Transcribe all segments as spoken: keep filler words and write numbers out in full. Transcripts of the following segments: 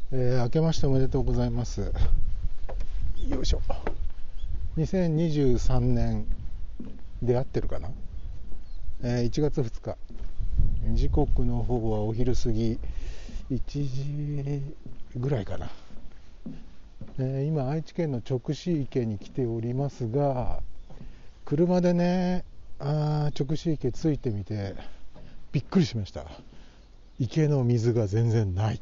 えー、明けましておめでとうございます。よいしょ。にせんにじゅうさんねんで合ってるかな、えー、いちがつふつか、時刻の方はお昼過ぎいちじぐらいかな、えー、今愛知県の直子池に来ておりますが、車でね、あ直子池着いてみてびっくりしました。池の水が全然ない。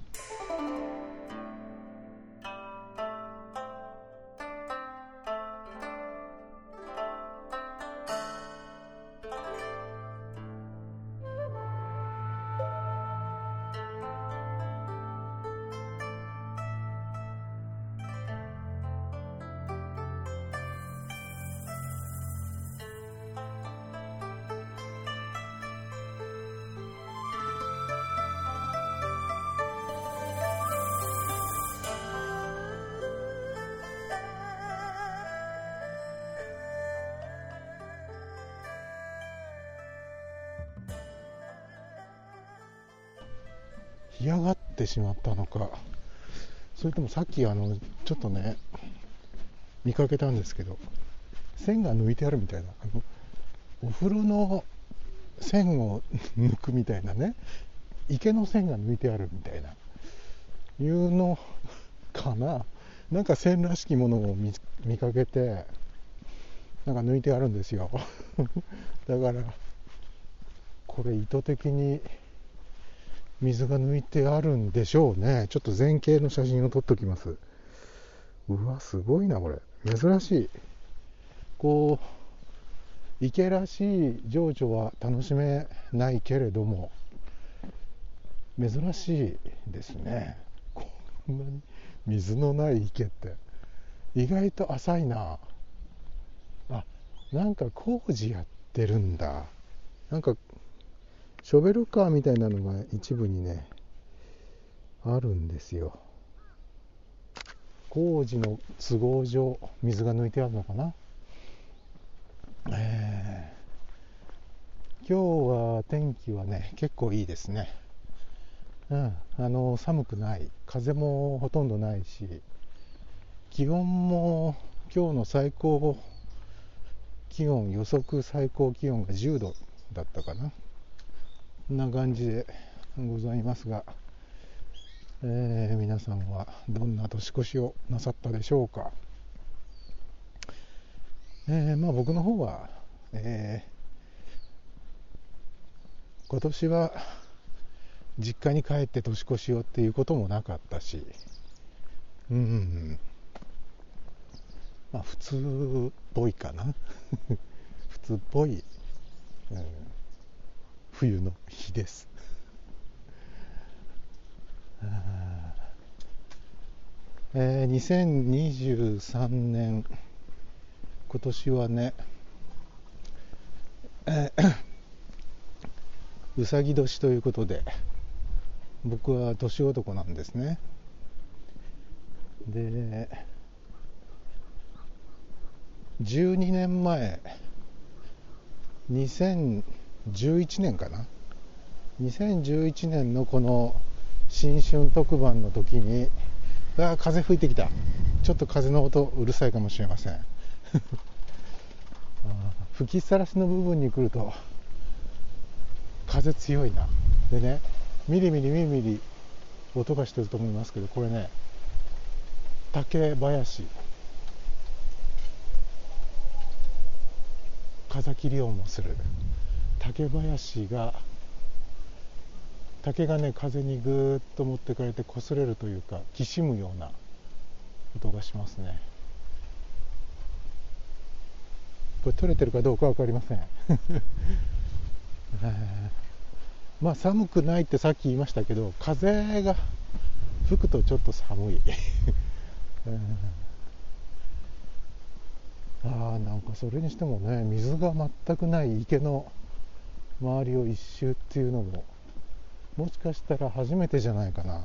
干上がってしまったのか、それともさっきあのちょっとね見かけたんですけど、線が抜いてあるみたいな、あのお風呂の線を抜くみたいなね、池の線が抜いてあるみたいないうのかな、なんか線らしきものを 見, 見かけて、なんか抜いてあるんですよだからこれ意図的に水が抜いてあるんでしょうね。ちょっと前景の写真を撮っときます。うわ、すごいなこれ、珍しい。こう池らしい情緒は楽しめないけれども珍しいですね。こんなに水のない池って意外と浅いなあ。なんか工事やってるんだ。なんかショベルカーみたいなのが一部にねあるんですよ。工事の都合上水が抜いてあるのかな。えー、今日は天気はね結構いいですね。うん、あの寒くない、風もほとんどないし、気温も今日の最高気温、予測最高気温がじゅうどだったかな。こんな感じでございますが、えー、皆さんはどんな年越しをなさったでしょうか。えー、まあ僕の方は、えー、今年は実家に帰って年越しをっていうこともなかったし、うん、まあ普通っぽいかな普通っぽい、うん、冬の日ですえー、にせんにじゅうさんねん今年はね、えー、うさぎ年ということで、僕は年男なんですね。でじゅうにねんまえ、にせんじゅういちねんかな、にせんじゅういちねんのこの新春特番の時に、あ、風吹いてきた。ちょっと風の音うるさいかもしれません吹きさらしの部分に来ると風強いな。でね、ミリミリミリミリ音がしてると思いますけど、これね、竹林、風切り音もする竹林が、竹がね風にぐーっと持ってかれて擦れるというか、きしむような音がしますね。これ撮れてるかどうか分かりませんまあ寒くないってさっき言いましたけど、風が吹くとちょっと寒いあー、なんかそれにしてもね、水が全くない池の周りを一周っていうのももしかしたら初めてじゃないかな。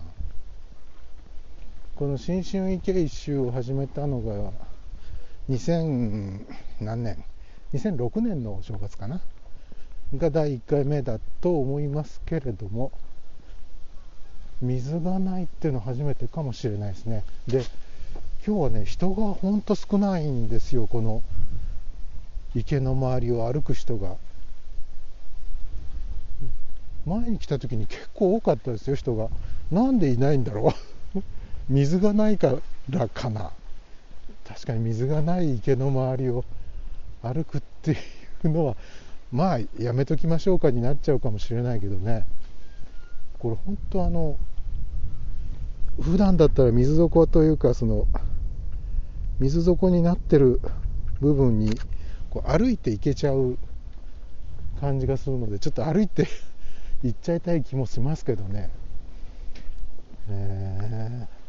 この新春池一周を始めたのがにせん何年、にせんろくねんのお正月かながだいいっかいめだと思いますけれども、 水がないっていうのは初めてかもしれないですね。で、今日はね、人がほんと少ないんですよ。この池の周りを歩く人が。前に来た時に結構多かったですよ、人が。なんでいないんだろう水がないからかな。確かに水がない池の周りを歩くっていうのは、まあやめときましょうかになっちゃうかもしれないけどね。これ本当あの普段だったら水底というか、その水底になってる部分にこう歩いて行けちゃう感じがするので、ちょっと歩いて行っちゃいたい気もしますけどね。えー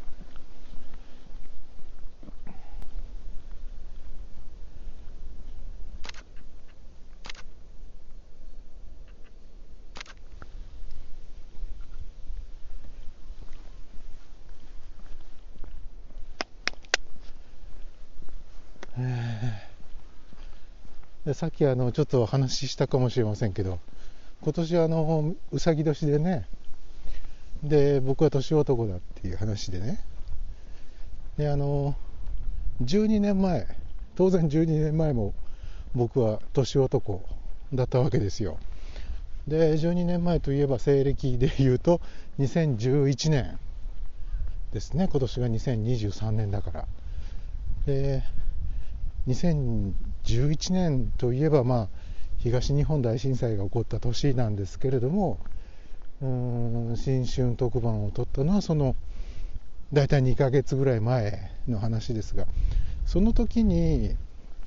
でさっきあのちょっと話したかもしれませんけど、今年あのうさぎ年でね、で僕は年男だっていう話でね、であのじゅうにねんまえ、当然じゅうにねんまえも僕は年男だったわけですよ。でじゅうにねんまえといえば西暦でいうとにせんじゅういちねんですね。今年がにせんにじゅうさんねんだから。でにせんじゅういちねんといえば、まあ、東日本大震災が起こった年なんですけれども、うーん新春特番を撮ったのはその大体にかげつぐらい前の話ですが、その時に、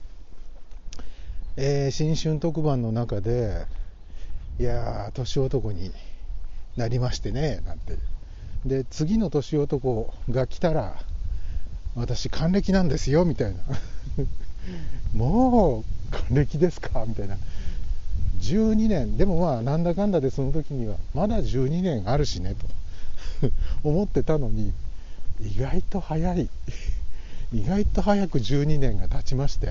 えー、新春特番の中で、いやー年男になりましてねなんて、で次の年男が来たら私還暦なんですよみたいなもう還暦ですかみたいな。じゅうにねんでも、まあなんだかんだでその時にはまだじゅうにねんあるしねと思ってたのに、意外と早い意外と早くじゅうにねんが経ちまして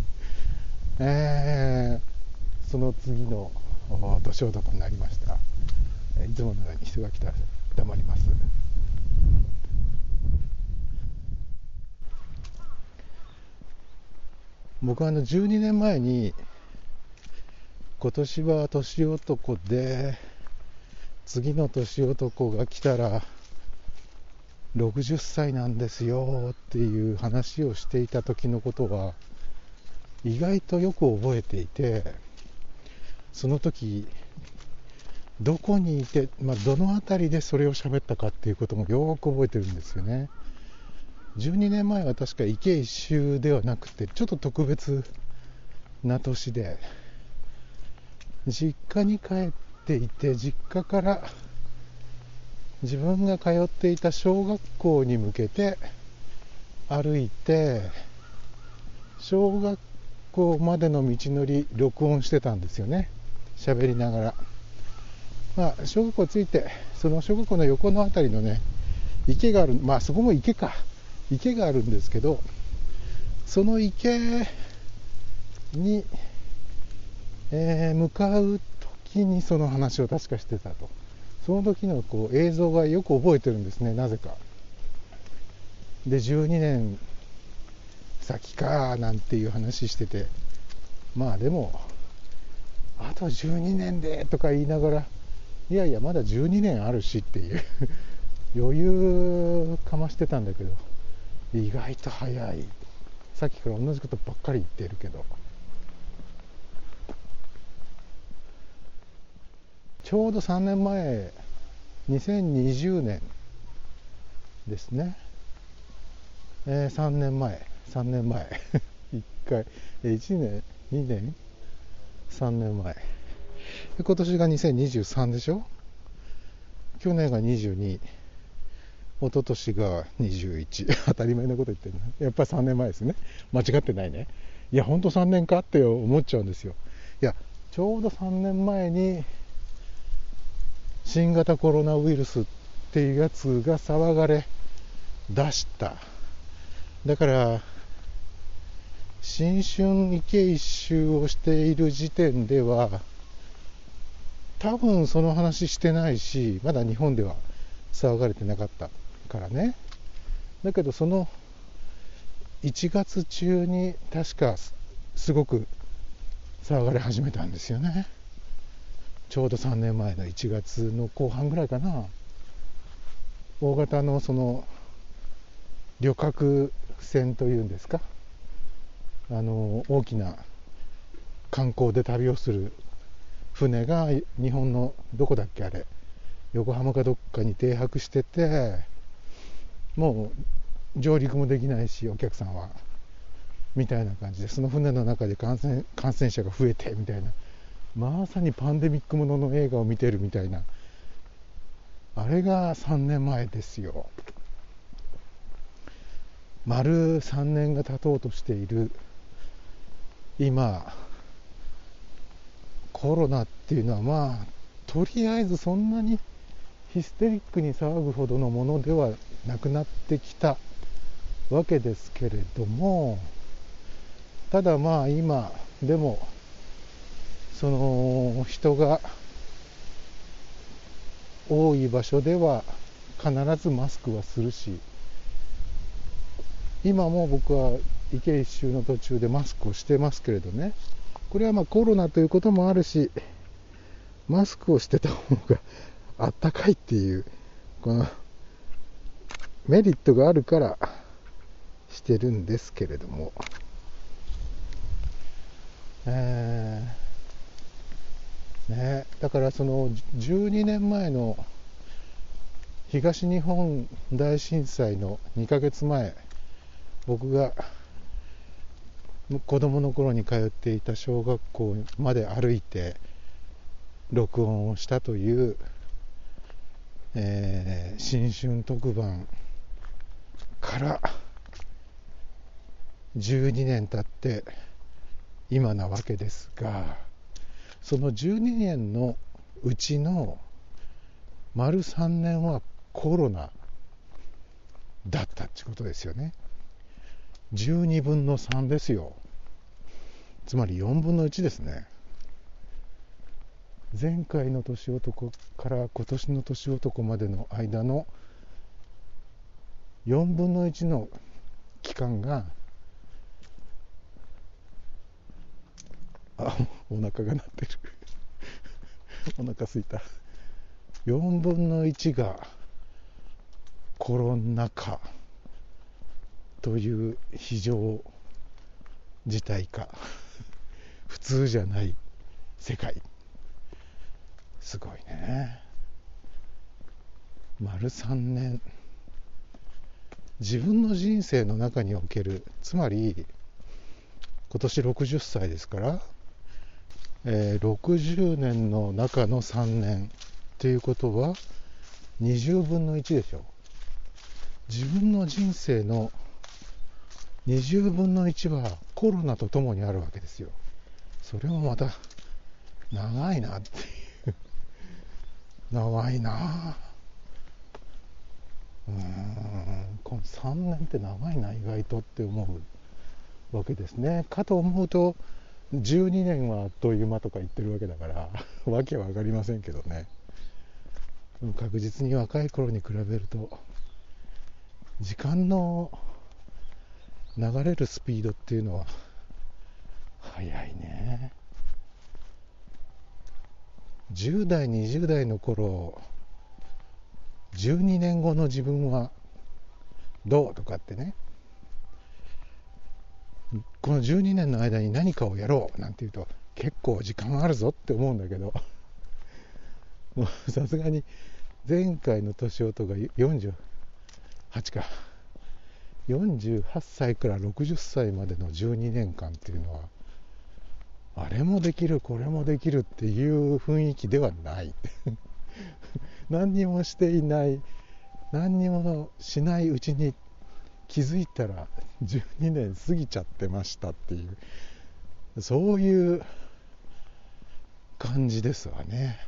えー、その次の年男になりました。いつものように人が来たら黙ります。僕はあのじゅうにねんまえに、今年は年男で次の年男が来たらろくじゅっさいなんですよっていう話をしていた時のことは意外とよく覚えていて、その時どこにいて、まあ、どの辺りでそれを喋ったかっていうこともよく覚えてるんですよね。じゅうにねんまえは確か池一周ではなくて、ちょっと特別な年で、実家に帰っていて、実家から自分が通っていた小学校に向けて歩いて、小学校までの道のり録音してたんですよね、喋りながら。まあ小学校着いて、その小学校の横のあたりのね池がある、まあそこも池か池があるんですけど、その池に、えー、向かう時にその話を確かしてたと。その時のこう映像がよく覚えてるんですね、なぜか。でじゅうにねん先かなんていう話してて、まあでもあとじゅうにねんでとか言いながら、いやいやまだじゅうにねんあるしっていう余裕かましてたんだけど、意外と早い。さっきから同じことばっかり言っているけど、ちょうどさんねんまえ、にせんにじゅうねんですね、えー、さんねんまえさんねんまえいっかい、えー、いちねんにねんさんねんまえで、今年がにせんにじゅうさんでしょ。去年がにじゅうに、一昨年がにじゅういち当たり前のこと言ってるな。やっぱりさんねんまえですね。間違ってないね。いや本当さんねんかって思っちゃうんですよ。いやちょうどさんねんまえに新型コロナウイルスっていうやつが騒がれ出した。だから新春池一周をしている時点では多分その話してないし、まだ日本では騒がれてなかったからね。だけどそのいちがつ中に確かすごく騒がれ始めたんですよね。ちょうどさんねんまえのいちがつの後半ぐらいかな。大型のその旅客船というんですか、あの大きな観光で旅をする船が日本のどこだっけ、あれ横浜かどっかに停泊してて、もう上陸もできないしお客さんはみたいな感じで、その船の中で感染感染者が増えてみたいな、まさにパンデミックものの映画を見てるみたいな、あれがさんねんまえですよ。丸さんねんが経とうとしている今、コロナっていうのはまあとりあえずそんなにヒステリックに騒ぐほどのものではなくなってきたわけですけれども、ただまあ今でもその人が多い場所では必ずマスクはするし、今も僕は池一周の途中でマスクをしてますけれどね、これはまあコロナということもあるし、マスクをしてた方があったかいっていうこのメリットがあるからしてるんですけれども、えーね、だからそのじゅうにねんまえの東日本大震災のにかげつまえ、僕が子供の頃に通っていた小学校まで歩いて録音をしたという、えー、新春特番からじゅうにねん経って今なわけですが、そのじゅうにねんのうちの丸さんねんはコロナだったってことですよね。じゅうにぶんのさんですよ。つまりよんぶんのいちですね。前回の年男から今年の年男までの間のよんぶんのいちの期間が、あ、お腹が鳴ってるお腹すいた。よんぶんのいちがコロナ禍という非常事態か普通じゃない世界、すごいね。丸さんねん、自分の人生の中における、つまり今年ろくじゅっさいですから、えー、ろくじゅうねんの中のさんねんということはにじゅうぶんのいちでしょ。自分の人生のにじゅうぶんのいちはコロナとともにあるわけですよ。それもまた長いなっていう長いな。うーん、このさんねんって長いな意外とって思うわけですね。かと思うとじゅうにねんはあっという間とか言ってるわけだからわけは分かりませんけどね。確実に若い頃に比べると時間の流れるスピードっていうのは速いね。じゅう代にじゅう代の頃、じゅうにねんごの自分はどうとかってね、このじゅうにねんの間に何かをやろうなんていうと結構時間あるぞって思うんだけど、もうさすがに前回の年男がよんじゅうはちかよんじゅうはっさいからろくじゅっさいまでのじゅうにねんかんっていうのはあれもできるこれもできるっていう雰囲気ではない何にもしていない、何にもしないうちに気づいたらじゅうにねん過ぎちゃってましたっていう、そういう感じですわね。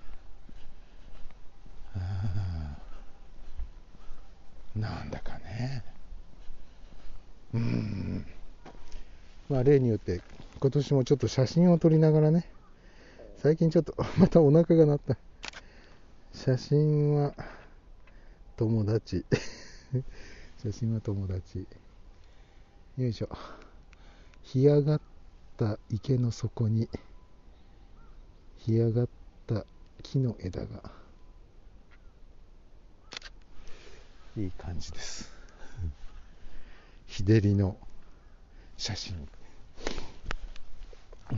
なんだかね、うーん、まあ例によって今年もちょっと写真を撮りながらね、最近ちょっとまたお腹が鳴った。写真は友達写真は友達。よいしょ。干上がった池の底に干上がった木の枝がいい感じです。日照りの写真、うん、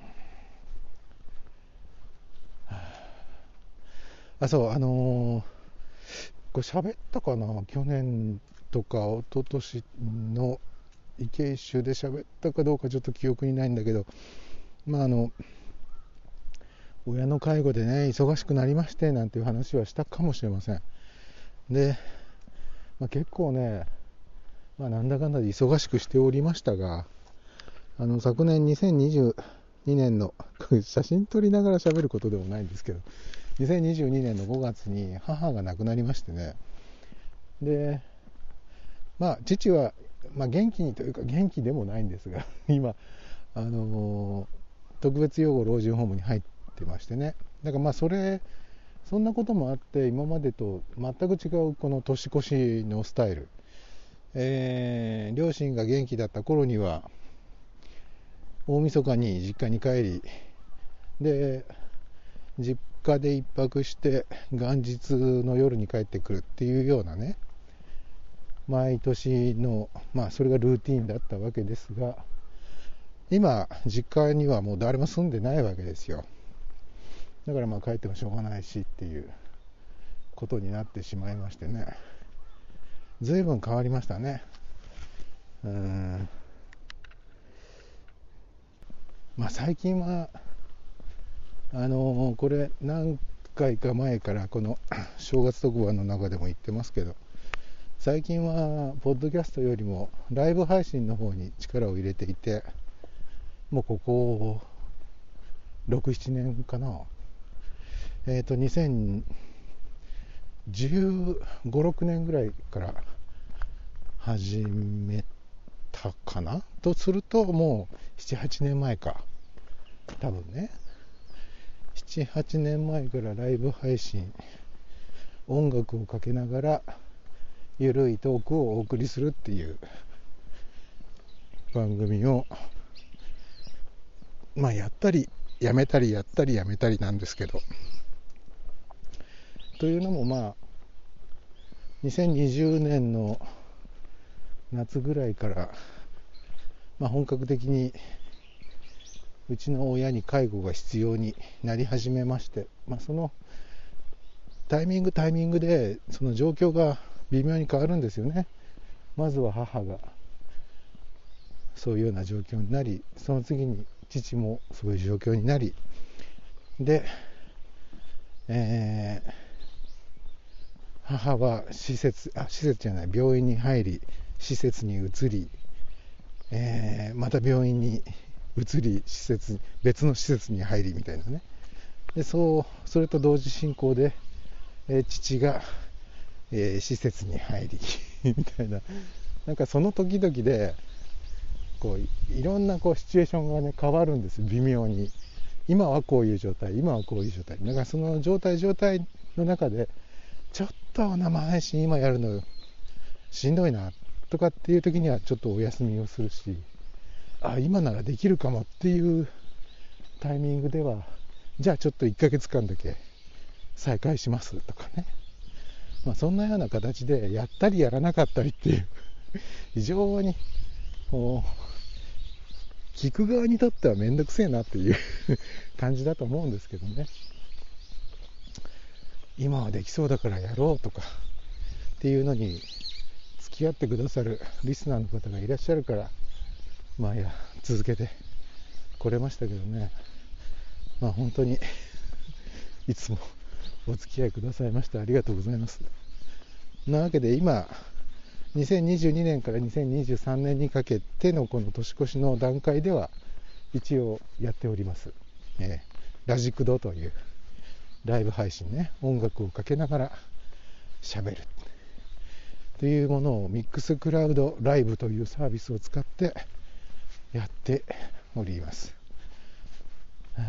あ、そう、あのー、これ喋ったかな、去年とか一昨年の池一周で喋ったかどうかちょっと記憶にないんだけど、まああの親の介護でね忙しくなりましてなんていう話はしたかもしれません。で、まあ、結構ね、まあ、なんだかんだで忙しくしておりましたが、あの昨年にせんにじゅうにねんの写真撮りながら喋ることでもないんですけど、にせんにじゅうにねんのごがつに母が亡くなりましてね。で、まあ父は、まあ、元気にというか元気でもないんですが今、あのー、特別養護老人ホームに入ってましてね。だからまあそれそんなこともあって今までと全く違うこの年越しのスタイル、えー、両親が元気だった頃には大晦日に実家に帰り、で実家で一泊して元日の夜に帰ってくるっていうようなね、毎年の、まあそれがルーティーンだったわけですが、今実家にはもう誰も住んでないわけですよ。だからまあ帰ってもしょうがないしっていうことになってしまいましてね。随分変わりましたね。うーん、まあ最近はあのー、これ何回か前からこの正月特番の中でも言ってますけど、最近はポッドキャストよりもライブ配信の方に力を入れていて、もうこころく、ななねんかな、えっとにせんじゅうご、ろくねんぐらいから始めたかなとすると、もうなな、はちねんまえか、多分ね。なな、はちねんまえからライブ配信、音楽をかけながらゆるいトークをお送りするっていう番組を、まあやったりやめたりやったりやめたりなんですけど、というのもまあにせんにじゅうねんの夏ぐらいから、まあ、本格的にうちの親に介護が必要になり始めまして、まあ、そのタイミングタイミングでその状況が微妙に変わるんですよね。まずは母がそういうような状況になり、その次に父もそういう状況になりで、えー、母は施設あ施設じゃない病院に入り、施設に移り、えー、また病院に移り、施設別の施設に入りみたいなね。でそうそれと同時進行で、えー、父が、えー、施設に入りみたいな、なんかその時々でこう い, いろんなこうシチュエーションがね変わるんですよ、微妙に。今はこういう状態、今はこういう状態、だからその状態状態の中でちょっと生配信今やるのしんどいなとかっていう時にはちょっとお休みをするし、あ今ならできるかもっていうタイミングでは、じゃあちょっといっかげつかんだけ再開しますとかね、まあ、そんなような形でやったりやらなかったりっていう非常にこう聞く側にとってはめんどくせえなっていう感じだと思うんですけどね。今はできそうだからやろうとかっていうのに付き合ってくださるリスナーの方がいらっしゃるから、まあいや続けてこれましたけどね。まあ本当にいつもお付き合いくださいましてありがとうございます。なわけで今にせんにじゅうにねんからにせんにじゅうさんねんにかけてのこの年越しの段階では一応やっております、えー、ラジクドというライブ配信ね、音楽をかけながら喋るというものをミックスクラウドライブというサービスを使ってやっております。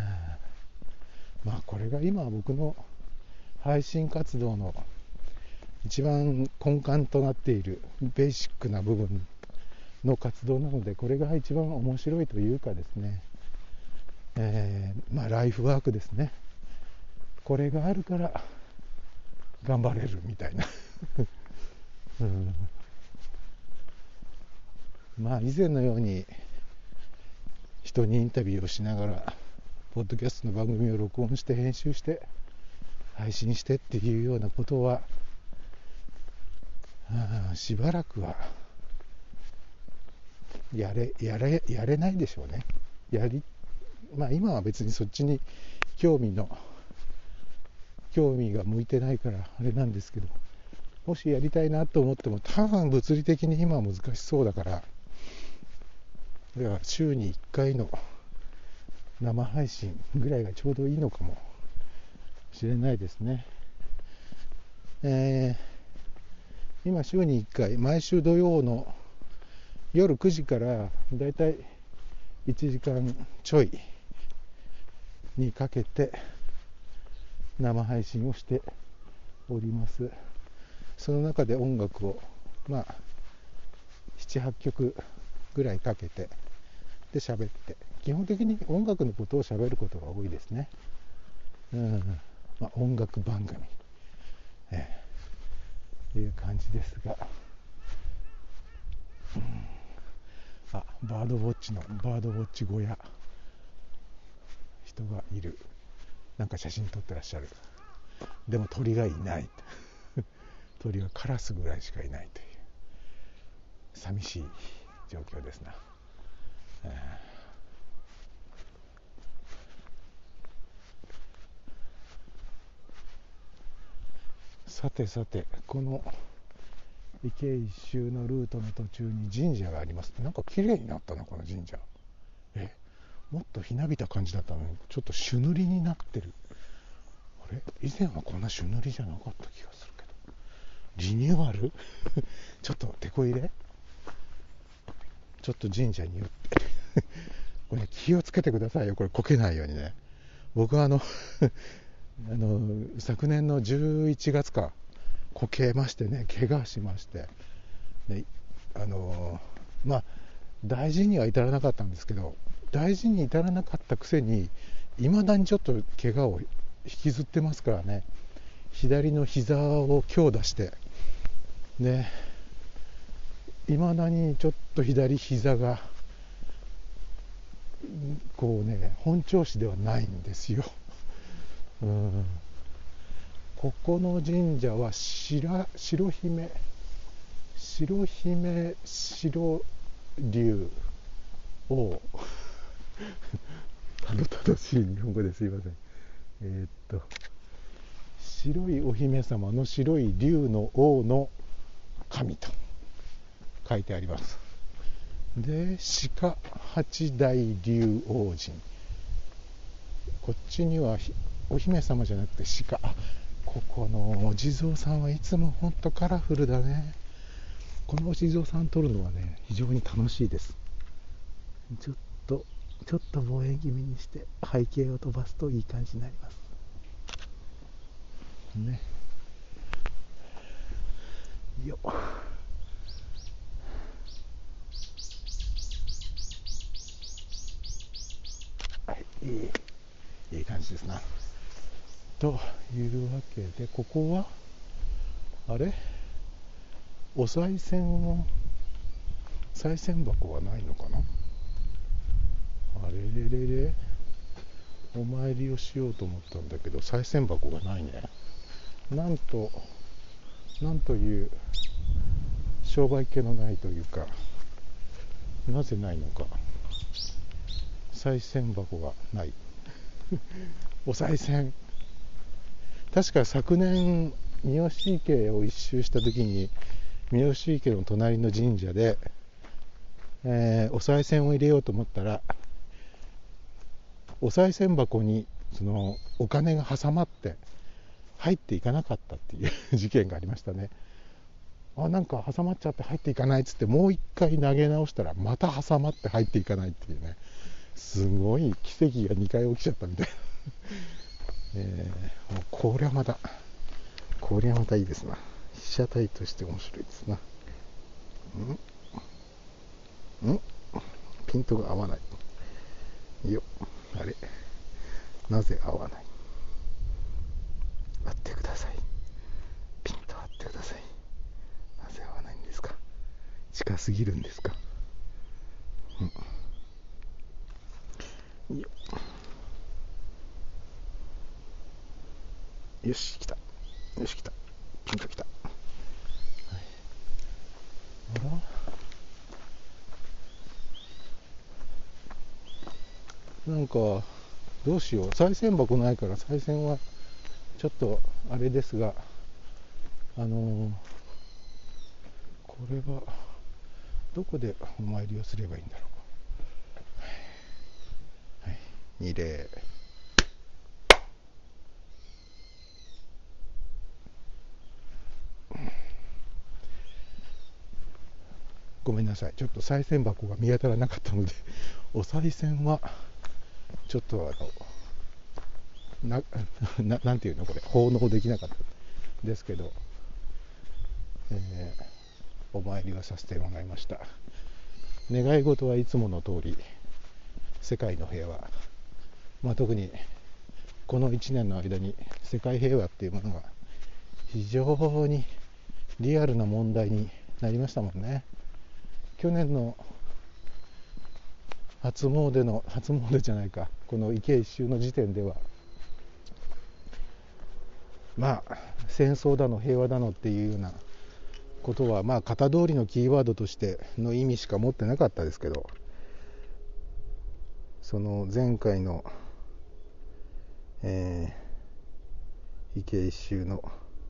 まあこれが今僕の配信活動の一番根幹となっているベーシックな部分の活動なので、これが一番面白いというかですね、えー、まあライフワークですね。これがあるから頑張れるみたいな、うん、まあ以前のように人にインタビューをしながらポッドキャストの番組を録音して編集して配信してっていうようなことは、あしばらくはやれやれやれないでしょうね。やりまあ今は別にそっちに興味の興味が向いてないからあれなんですけど、もしやりたいなと思っても多分物理的に今は難しそうだから、だから週にいっかいの生配信ぐらいがちょうどいいのかもしれないですね。えー、今週にいっかい、毎週土曜の夜くじからだいたいいちじかんちょいにかけて生配信をしております。その中で音楽をまあなな、はちきょくぐらいかけてで喋って、基本的に音楽のことを喋ることが多いですね。うん、まあ、音楽番組、えー、いう感じですが、うん、あ、バードウォッチのバードウォッチ小屋、人がいる、なんか写真撮ってらっしゃる。でも鳥がいない鳥はカラスぐらいしかいないという寂しい状況ですな。えー、さてさて、この池一周のルートの途中に神社があります。なんか綺麗になったな、この神社。えもっとひなびた感じだったのに、ちょっと朱塗りになってる。あれ、以前はこんな朱塗りじゃなかった気がするけど、リニューアルちょっと手こ入れ、ちょっと神社によってこれ、ね、気をつけてくださいよ、これこけないようにね。僕はあのあの昨年のじゅういちがつかこけましてね、怪我しまして、ね、あのまあ大事には至らなかったんですけど、大事に至らなかったくせにいまだにちょっと怪我を引きずってますからね。左の膝を強打してね、いまだにちょっと左膝がこうね、本調子ではないんですよ。うん、ここの神社は白、白姫白姫白龍をたどたどしい日本語ですいません。えー、っと白いお姫様の白い龍の王の神と書いてあります。で、鹿八大竜王神、こっちにはお姫様じゃなくて鹿。ここのお地蔵さんはいつもほんとカラフルだね。このお地蔵さん撮るのはね、非常に楽しいです。ちょっとちょっと望遠気味にして背景を飛ばすといい感じになりますね。よっ、はい、いいいい感じですな。というわけで、ここはあれ、お賽銭を賽銭箱はないのかな。あれれれれ、お参りをしようと思ったんだけど賽銭箱がないね。なんとなんという商売気のないというか、なぜないのか、賽銭箱がないお賽銭、確か昨年三好池を一周した時に三好池の隣の神社で、えー、お賽銭を入れようと思ったら、お賽銭箱にそのお金が挟まって入っていかなかったっていう事件がありましたね。あ、なんか挟まっちゃって入っていかないっつって、もう一回投げ直したらまた挟まって入っていかないっていうね、すごい奇跡がにかい起きちゃったみたいな、えー、もうこれはまたこれはまたいいですな。 被写体として面白いですな。んんピントが合わないよ。あれ、なぜ合わない。合ってください。ピント合ってください。なぜ合わないんですか。近すぎるんですか。うん、よ, よし来た。よし来た。ピント来た。はい、あら、なんかどうしよう、賽銭箱ないから賽銭はちょっとあれですが、あのー、これはどこでお参りをすればいいんだろう。はい、二礼。ごめんなさい、ちょっと賽銭箱が見当たらなかったので、お賽銭はちょっとあの な, な, なんていうのこれ、奉納できなかったですけど、えー、お参りはさせてもらいました。願い事はいつもの通り、世界の平和、まあ、特にこのいちねんの間に世界平和っていうものが非常にリアルな問題になりましたもんね。去年の初詣の初詣じゃないかこの池一周の時点では、まあ戦争だの平和だのっていうようなことはまあ型通りのキーワードとしての意味しか持ってなかったですけど、その前回の、えー、池一周の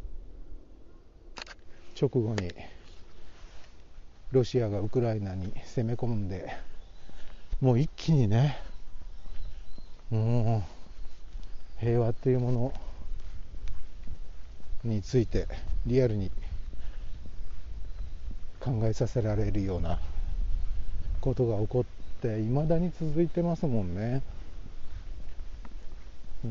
直後にロシアがウクライナに攻め込んで、もう一気にね、もう平和っていうものについてリアルに考えさせられるようなことが起こっていまだに続いてますもんね。うん、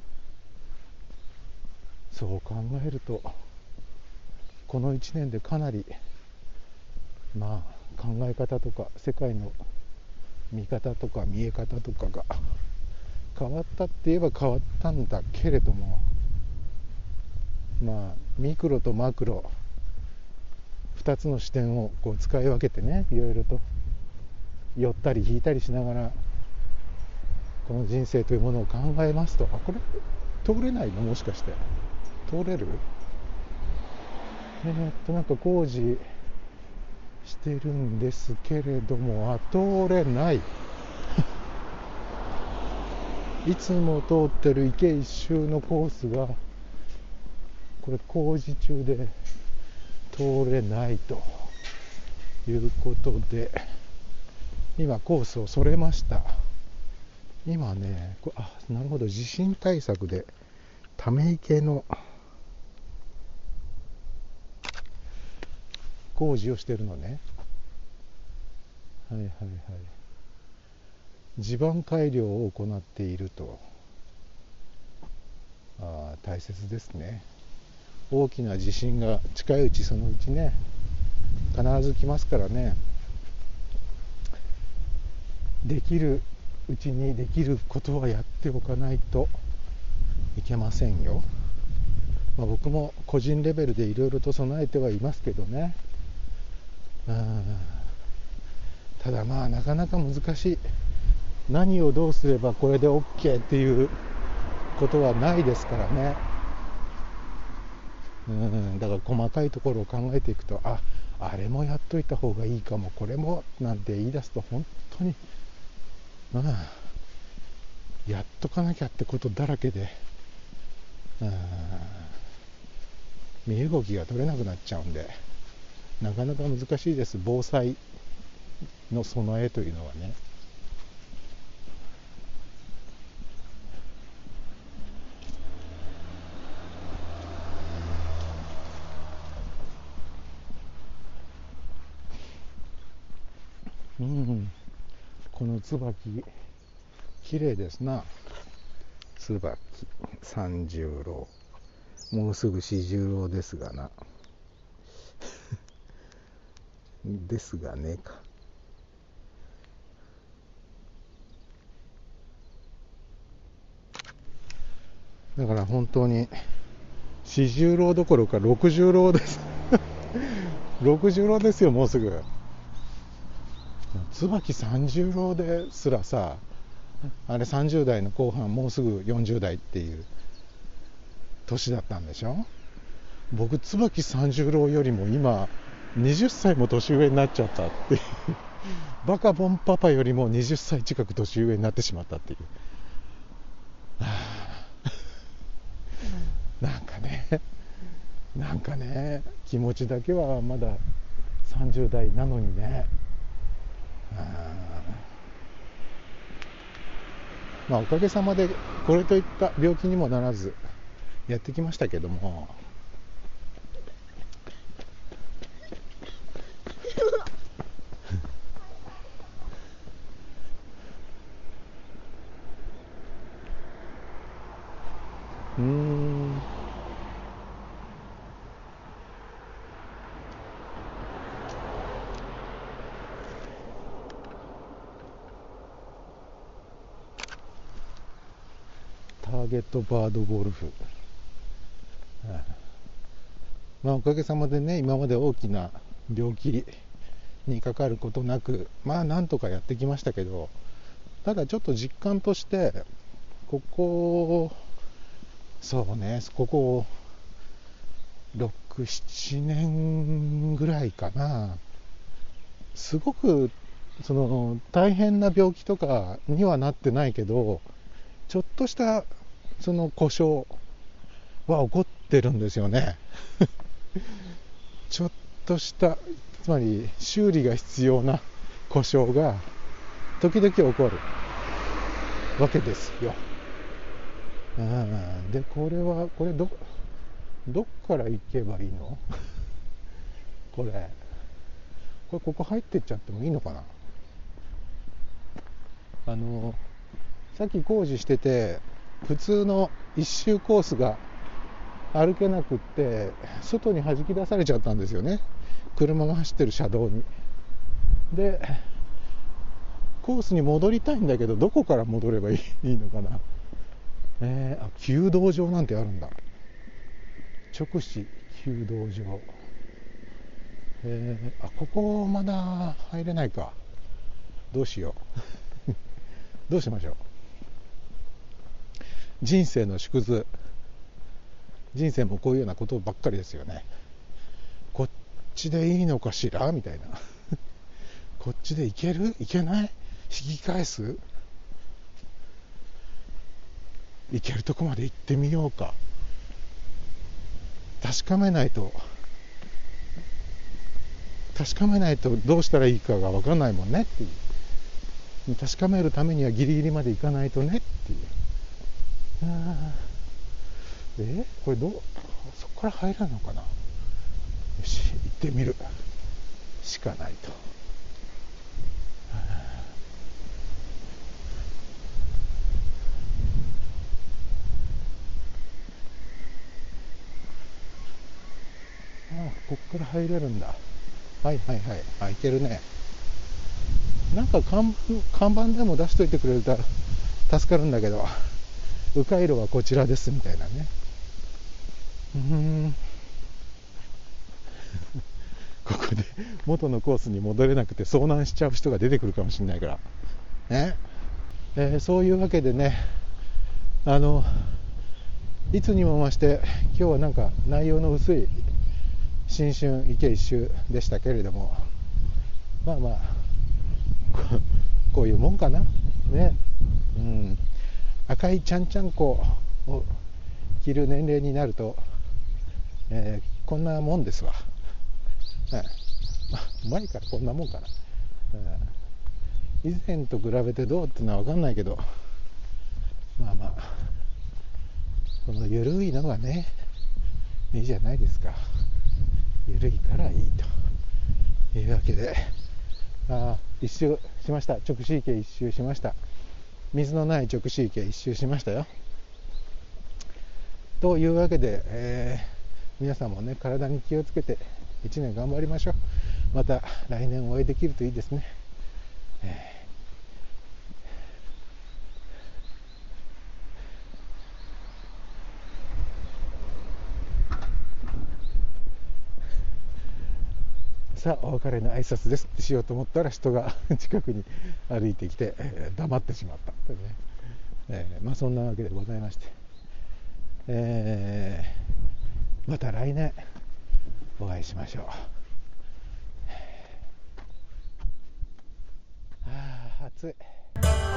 そう考えるとこのいちねんでかなりまあ考え方とか世界の見方とか見え方とかが変わったって言えば変わったんだけれども、まあミクロとマクロふたつの視点をこう使い分けてね、いろいろと寄ったり引いたりしながらこの人生というものを考えますと、あ、これ通れないの、もしかして通れる、えー、っとなんか工事してるんですけれども、あ、通れないいつも通ってる池一周のコースがこれ工事中で通れないということで、今コースをそれました。今ね、あ、なるほど、地震対策でため池の工事をしてるのね。はいはいはい。地盤改良を行っていると。あ、大切ですね。大きな地震が近いうち、そのうちね、必ず来ますからね。できるうちにできることはやっておかないといけませんよ。まあ、僕も個人レベルでいろいろと備えてはいますけどね。うん、ただまあなかなか難しい。何をどうすればこれで OK っていうことはないですからね。うん、だから細かいところを考えていくと、あ、あれもやっといた方がいいかも、これもなんて言い出すと本当に、うん、やっとかなきゃってことだらけで、うん、身動きが取れなくなっちゃうんで、なかなか難しいです。防災の備えというのはね。うん、この椿綺麗ですな。椿三十郎、もうすぐ四十郎ですがな。 ですがねか。だから本当に四十郎どころか六十郎です六十郎ですよ、もうすぐ。椿三十郎ですらさ、あれさんじゅう代の後半、もうすぐよんじゅう代っていう年だったんでしょ。僕椿三十郎よりも今はたちも年上になっちゃったっていうバカボンパパよりもはたち近く年上になってしまったっていう、はあ、なんかねなんかね気持ちだけはまださんじゅう代なのにね。あ、まあおかげさまでこれといった病気にもならずやってきましたけども、うーんターゲットバードゴルフ、はあ、まあおかげさまでね今まで大きな病気にかかることなく、まあなんとかやってきましたけど、ただちょっと実感としてここそうねこころく、ななねんぐらいかな、すごくその大変な病気とかにはなってないけど、ちょっとしたその故障は起こってるんですよねちょっとしたつまり修理が必要な故障が時々起こるわけですよ。うん、でこれはこれどどっから行けばいいのこれこれここ入ってっちゃってもいいのかな。あのさっき工事してて普通の一周コースが歩けなくって外に弾き出されちゃったんですよね、車が走ってる車道に。でコースに戻りたいんだけどどこから戻ればいいのかな。えー、あ弓道場なんてあるんだ、直視弓道場。えー、あここまだ入れないか、どうしようどうしましょう。人生の縮図、人生もこういうようなことばっかりですよね。こっちでいいのかしらみたいなこっちでいけるいけない、引き返す、いけるとこまで行ってみようか、確かめないと確かめないとどうしたらいいかが分かんないもんねっていう、確かめるためにはギリギリまで行かないとねっていう。あえこれどうそこから入らんのかな。よし行ってみるしかないと。ああここから入れるんだ。はいはいはい、あいけるね。なんか看板看板でも出しといてくれたら助かるんだけど、迂回路はこちらですみたいなね。うーんここで元のコースに戻れなくて遭難しちゃう人が出てくるかもしれないからね。えー、そういうわけでね、あのいつにも増して今日はなんか内容の薄い新春池一周でしたけれども、まあまあこ, こういうもんかなね。うん、赤いちゃんちゃんこを着る年齢になると、えー、こんなもんですわ。まあ、前からこんなもんかな。以前と比べてどうってのは分かんないけど、まあまあこの緩いのがねいいじゃないですか。緩いからいいというわけで、あ一周しました。直視池一周しました。水のない直視池一周しましたよ。というわけで、えー、皆さんもね体に気をつけていちねん頑張りましょう。 また来年お会いできるといいですね。えーさあお別れの挨拶ですってしようと思ったら人が近くに歩いてきて、えー、黙ってしまったというね、えー、まあそんなわけでございまして、えー、また来年お会いしましょう。はあ、暑い。